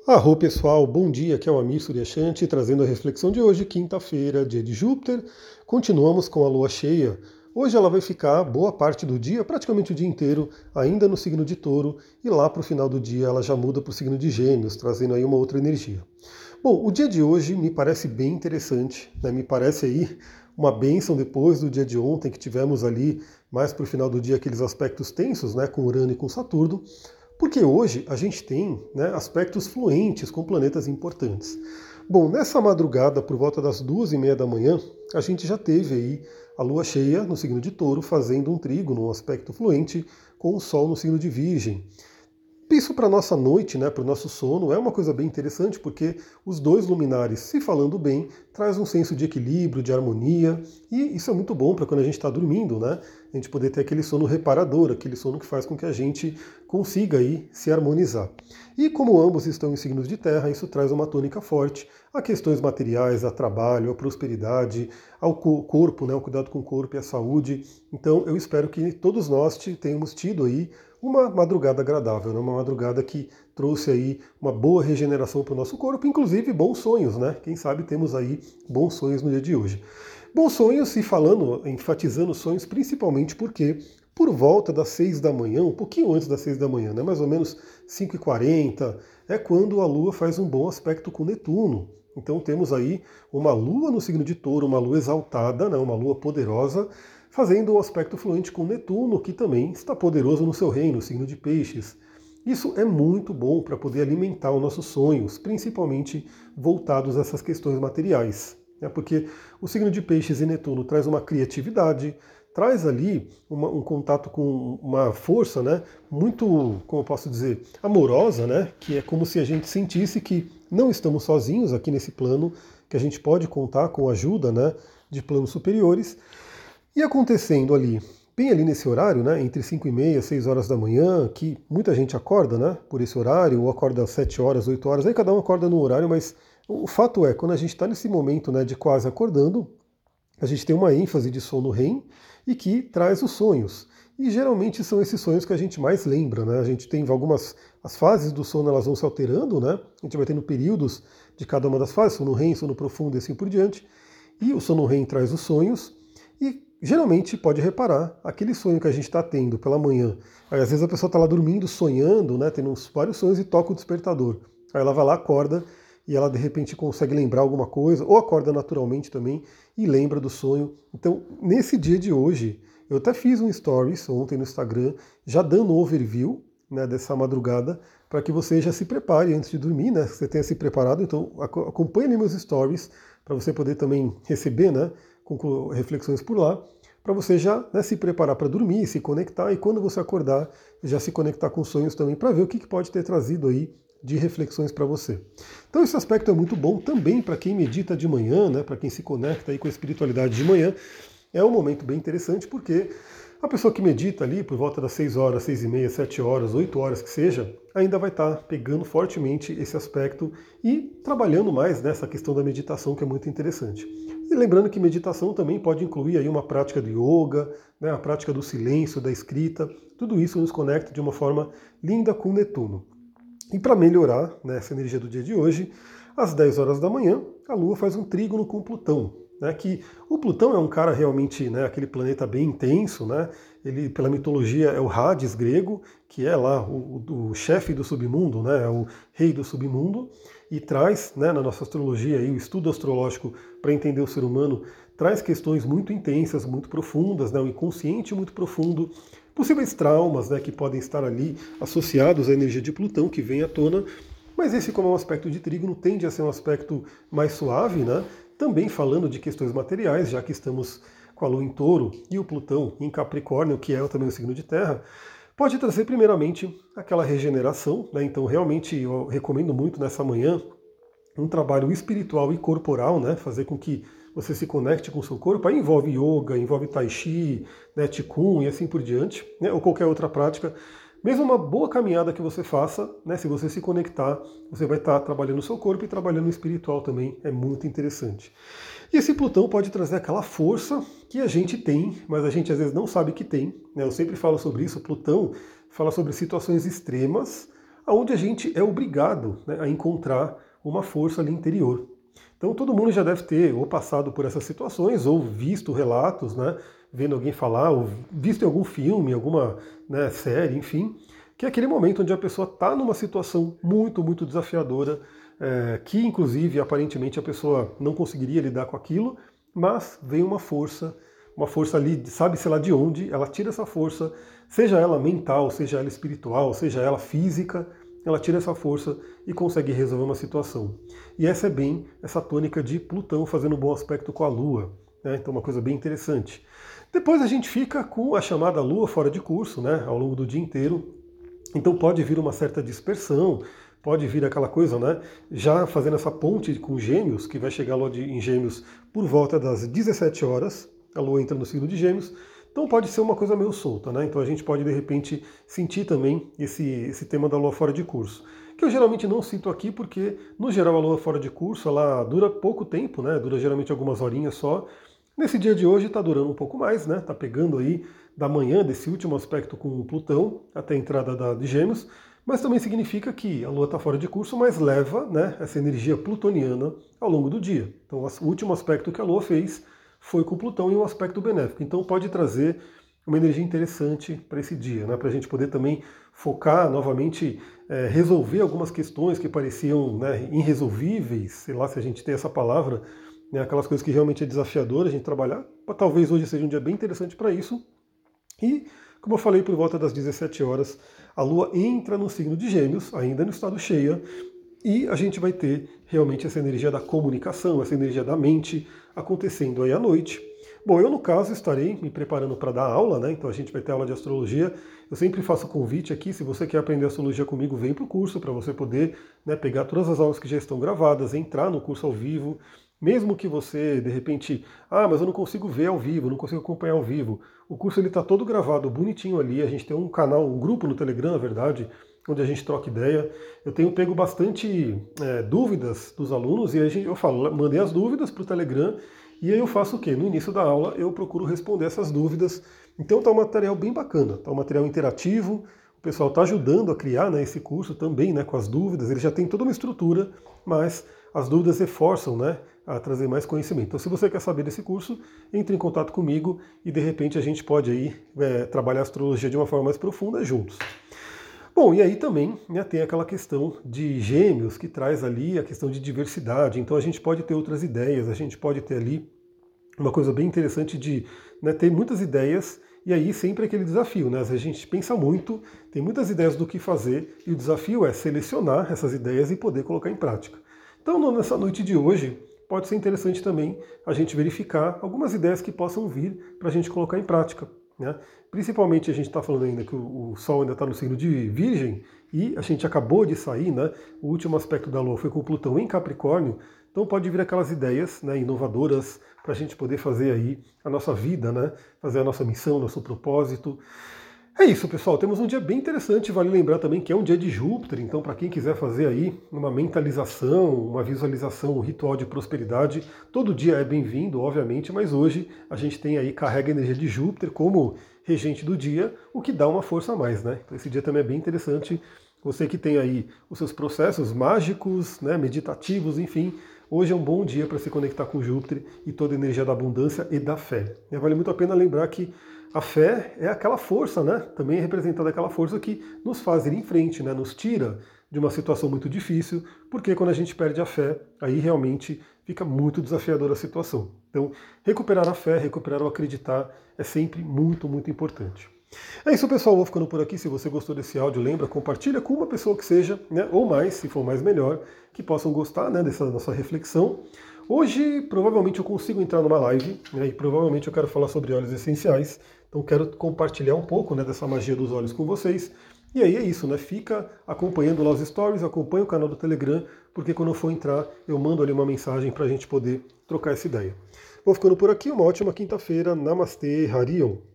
Arro pessoal, bom dia, aqui é o Amir Suryashanti trazendo a reflexão de hoje, quinta-feira, dia de Júpiter. Continuamos com a lua cheia. Hoje ela vai ficar boa parte do dia, praticamente o dia inteiro, ainda no signo de Touro, e lá para o final do dia ela já muda para o signo de Gêmeos, trazendo aí uma outra energia. Bom, o dia de hoje me parece bem interessante, né? Me parece aí uma bênção depois do dia de ontem, que tivemos ali mais para o final do dia aqueles aspectos tensos, né, com Urano e com Saturno. Porque hoje a gente tem, né, aspectos fluentes com planetas importantes. Bom, nessa madrugada, por volta das 2h30 da manhã, a gente já teve aí a lua cheia no signo de Touro fazendo um trígono, um aspecto fluente com o Sol no signo de Virgem. Isso para a nossa noite, né, para o nosso sono, é uma coisa bem interessante, porque os dois luminares, se falando bem, traz um senso de equilíbrio, de harmonia, e isso é muito bom para quando a gente está dormindo, né? A gente poder ter aquele sono reparador, aquele sono que faz com que a gente consiga aí se harmonizar. E como ambos estão em signos de terra, isso traz uma tônica forte a questões materiais, a trabalho, a prosperidade, ao corpo, né, o cuidado com o corpo e a saúde. Então eu espero que todos nós tenhamos tido aí uma madrugada agradável, né? Uma madrugada que trouxe aí uma boa regeneração para o nosso corpo, inclusive bons sonhos, né? Quem sabe temos aí bons sonhos no dia de hoje. Bons sonhos, e falando, enfatizando sonhos, principalmente porque por volta das 6 da manhã, um pouquinho antes das 6 da manhã, né? Mais ou menos 5h40, é quando a Lua faz um bom aspecto com Netuno. Então temos aí uma Lua no signo de Touro, uma Lua exaltada, né? Uma Lua poderosa, fazendo um aspecto fluente com Netuno, que também está poderoso no seu reino, o signo de Peixes. Isso é muito bom para poder alimentar os nossos sonhos, principalmente voltados a essas questões materiais. Né? Porque o signo de Peixes e Netuno traz uma criatividade, traz ali um contato com uma força, né, muito, como eu posso dizer, amorosa, né, que é como se a gente sentisse que não estamos sozinhos aqui nesse plano, que a gente pode contar com a ajuda, né, de planos superiores. E acontecendo ali, bem ali nesse horário, né, entre 5h30 e 6 horas da manhã, que muita gente acorda, né, por esse horário, ou acorda às 7 horas, 8 horas, aí cada um acorda no horário, mas o fato é, quando a gente está nesse momento, né, de quase acordando, a gente tem uma ênfase de sono REM e que traz os sonhos. E geralmente são esses sonhos que a gente mais lembra, né? A gente tem as fases do sono, elas vão se alterando, né? A gente vai tendo períodos de cada uma das fases, sono REM, sono profundo e assim por diante. E o sono REM traz os sonhos e geralmente pode reparar aquele sonho que a gente está tendo pela manhã. Aí, às vezes a pessoa está lá dormindo, sonhando, né? Tendo vários sonhos e toca o despertador. Aí ela vai lá, acorda e ela de repente consegue lembrar alguma coisa, ou acorda naturalmente também e lembra do sonho. Então, nesse dia de hoje, eu até fiz um stories ontem no Instagram, já dando um overview, né, dessa madrugada, para que você já se prepare antes de dormir, né? Você tenha se preparado, então acompanhe ali meus stories, para você poder também receber, né, reflexões por lá, para você já, né, se preparar para dormir, se conectar, e quando você acordar, já se conectar com sonhos também, para ver o que pode ter trazido aí de reflexões para você. Então esse aspecto é muito bom também para quem medita de manhã, né, para quem se conecta aí com a espiritualidade de manhã. É um momento bem interessante porque a pessoa que medita ali por volta das 6 horas, 6h30, 7 horas, 8 horas que seja, ainda vai estar pegando fortemente esse aspecto e trabalhando mais nessa questão da meditação, que é muito interessante. E lembrando que meditação também pode incluir aí uma prática do yoga, né, a prática do silêncio, da escrita, tudo isso nos conecta de uma forma linda com Netuno. E para melhorar, né, essa energia do dia de hoje, às 10 horas da manhã, a Lua faz um trígono com Plutão. Né, que o Plutão é um cara realmente, né, aquele planeta bem intenso, né, ele pela mitologia é o Hades grego, que é lá o chefe do submundo, né, é o rei do submundo, e traz, né, na nossa astrologia, aí, o estudo astrológico para entender o ser humano, traz questões muito intensas, muito profundas, né, o inconsciente muito profundo, possíveis traumas, né, que podem estar ali associados à energia de Plutão que vem à tona, mas esse, como é um aspecto de trígono, tende a ser um aspecto mais suave, né? Também falando de questões materiais, já que estamos com a Lua em Touro e o Plutão em Capricórnio, que é também o signo de Terra, pode trazer primeiramente aquela regeneração, né? Então realmente eu recomendo muito nessa manhã um trabalho espiritual e corporal, né? Fazer com que você se conecte com o seu corpo. Aí envolve yoga, envolve tai chi, né? Qigong e assim por diante, né? Ou qualquer outra prática. Mesmo uma boa caminhada que você faça, né, se você se conectar, você vai estar trabalhando o seu corpo e trabalhando o espiritual também, é muito interessante. E esse Plutão pode trazer aquela força que a gente tem, mas a gente às vezes não sabe que tem. Né? Eu sempre falo sobre isso, Plutão fala sobre situações extremas, onde a gente é obrigado, né, a encontrar uma força ali interior. Então todo mundo já deve ter ou passado por essas situações, ou visto relatos, né, vendo alguém falar, ou visto em algum filme, alguma, né, série, enfim, que é aquele momento onde a pessoa está numa situação muito, muito desafiadora, que inclusive aparentemente a pessoa não conseguiria lidar com aquilo, mas vem uma força ali, sabe-se lá de onde, ela tira essa força, seja ela mental, seja ela espiritual, seja ela física, ela tira essa força e consegue resolver uma situação. E essa é bem essa tônica de Plutão fazendo um bom aspecto com a Lua, né? Então uma coisa bem interessante. Depois a gente fica com a chamada Lua fora de curso, né, ao longo do dia inteiro. Então pode vir uma certa dispersão, pode vir aquela coisa, né? Já fazendo essa ponte com Gêmeos, que vai chegar em Gêmeos por volta das 17 horas, a Lua entra no signo de Gêmeos, então pode ser uma coisa meio solta, né? Então a gente pode de repente sentir também esse tema da Lua fora de curso. Que eu geralmente não cito aqui porque, no geral, a Lua fora de curso ela dura pouco tempo, né? Dura geralmente algumas horinhas só. Nesse dia de hoje está durando um pouco mais, né? Está pegando aí da manhã desse último aspecto com o Plutão até a entrada de Gêmeos, mas também significa que a Lua está fora de curso, mas leva, né, essa energia plutoniana ao longo do dia. Então o último aspecto que a Lua fez foi com Plutão e um aspecto benéfico. Então pode trazer uma energia interessante para esse dia, né, para a gente poder também focar novamente, resolver algumas questões que pareciam, né, irresolvíveis, sei lá se a gente tem essa palavra, né, aquelas coisas que realmente é desafiador a gente trabalhar. Talvez hoje seja um dia bem interessante para isso. E, como eu falei, por volta das 17 horas, a Lua entra no signo de Gêmeos, ainda no estado cheia, e a gente vai ter realmente essa energia da comunicação, essa energia da mente acontecendo aí à noite. Bom, eu no caso estarei me preparando para dar aula, né? Então a gente vai ter aula de astrologia. Eu sempre faço convite aqui, se você quer aprender astrologia comigo, vem para o curso para você poder, né, pegar todas as aulas que já estão gravadas, entrar no curso ao vivo. Mesmo que você, de repente, mas eu não consigo ver ao vivo, não consigo acompanhar ao vivo. O curso ele está todo gravado, bonitinho ali. A gente tem um canal, um grupo no Telegram, na verdade, onde a gente troca ideia. Eu tenho pego bastante dúvidas dos alunos e eu falo, mandei as dúvidas para o Telegram e aí eu faço o quê? No início da aula eu procuro responder essas dúvidas. Então está um material bem bacana, está um material interativo. O pessoal está ajudando a criar, né, esse curso também, né, com as dúvidas. Ele já tem toda uma estrutura, mas as dúvidas reforçam, né, a trazer mais conhecimento. Então, se você quer saber desse curso, entre em contato comigo e de repente a gente pode aí trabalhar a astrologia de uma forma mais profunda juntos. Bom, e aí também, né, tem aquela questão de Gêmeos que traz ali a questão de diversidade. Então a gente pode ter outras ideias, a gente pode ter ali uma coisa bem interessante de, né, ter muitas ideias. E aí sempre aquele desafio, né? Às vezes a gente pensa muito, tem muitas ideias do que fazer, e o desafio é selecionar essas ideias e poder colocar em prática. Então, nessa noite de hoje, pode ser interessante também a gente verificar algumas ideias que possam vir para a gente colocar em prática, né? Principalmente a gente está falando ainda que o Sol ainda está no signo de Virgem, e a gente acabou de sair, né? O último aspecto da Lua foi com o Plutão em Capricórnio, então pode vir aquelas ideias, né, inovadoras para a gente poder fazer aí a nossa vida, né, fazer a nossa missão, nosso propósito. É isso, pessoal. Temos um dia bem interessante. Vale lembrar também que é um dia de Júpiter, então para quem quiser fazer aí uma mentalização, uma visualização, um ritual de prosperidade, todo dia é bem-vindo, obviamente, mas hoje a gente tem aí, carrega a energia de Júpiter como regente do dia, o que dá uma força a mais, né? Então esse dia também é bem interessante. Você que tem aí os seus processos mágicos, né, meditativos, enfim, hoje é um bom dia para se conectar com Júpiter e toda a energia da abundância e da fé. E vale muito a pena lembrar que a fé é aquela força, né? Também é representada aquela força que nos faz ir em frente, né? Nos tira de uma situação muito difícil, porque quando a gente perde a fé, aí realmente fica muito desafiadora a situação. Então, recuperar a fé, recuperar o acreditar é sempre muito, muito importante. É isso, pessoal. Vou ficando por aqui. Se você gostou desse áudio, lembra, compartilha com uma pessoa que seja, né, ou mais, se for mais melhor, que possam gostar, né, dessa nossa reflexão. Hoje, provavelmente, eu consigo entrar numa live, né, e provavelmente eu quero falar sobre óleos essenciais. Então, quero compartilhar um pouco, né, dessa magia dos óleos com vocês. E aí é isso, né? Fica acompanhando lá os stories, acompanha o canal do Telegram, porque quando eu for entrar, eu mando ali uma mensagem para a gente poder trocar essa ideia. Vou ficando por aqui. Uma ótima quinta-feira. Namastê, Harion.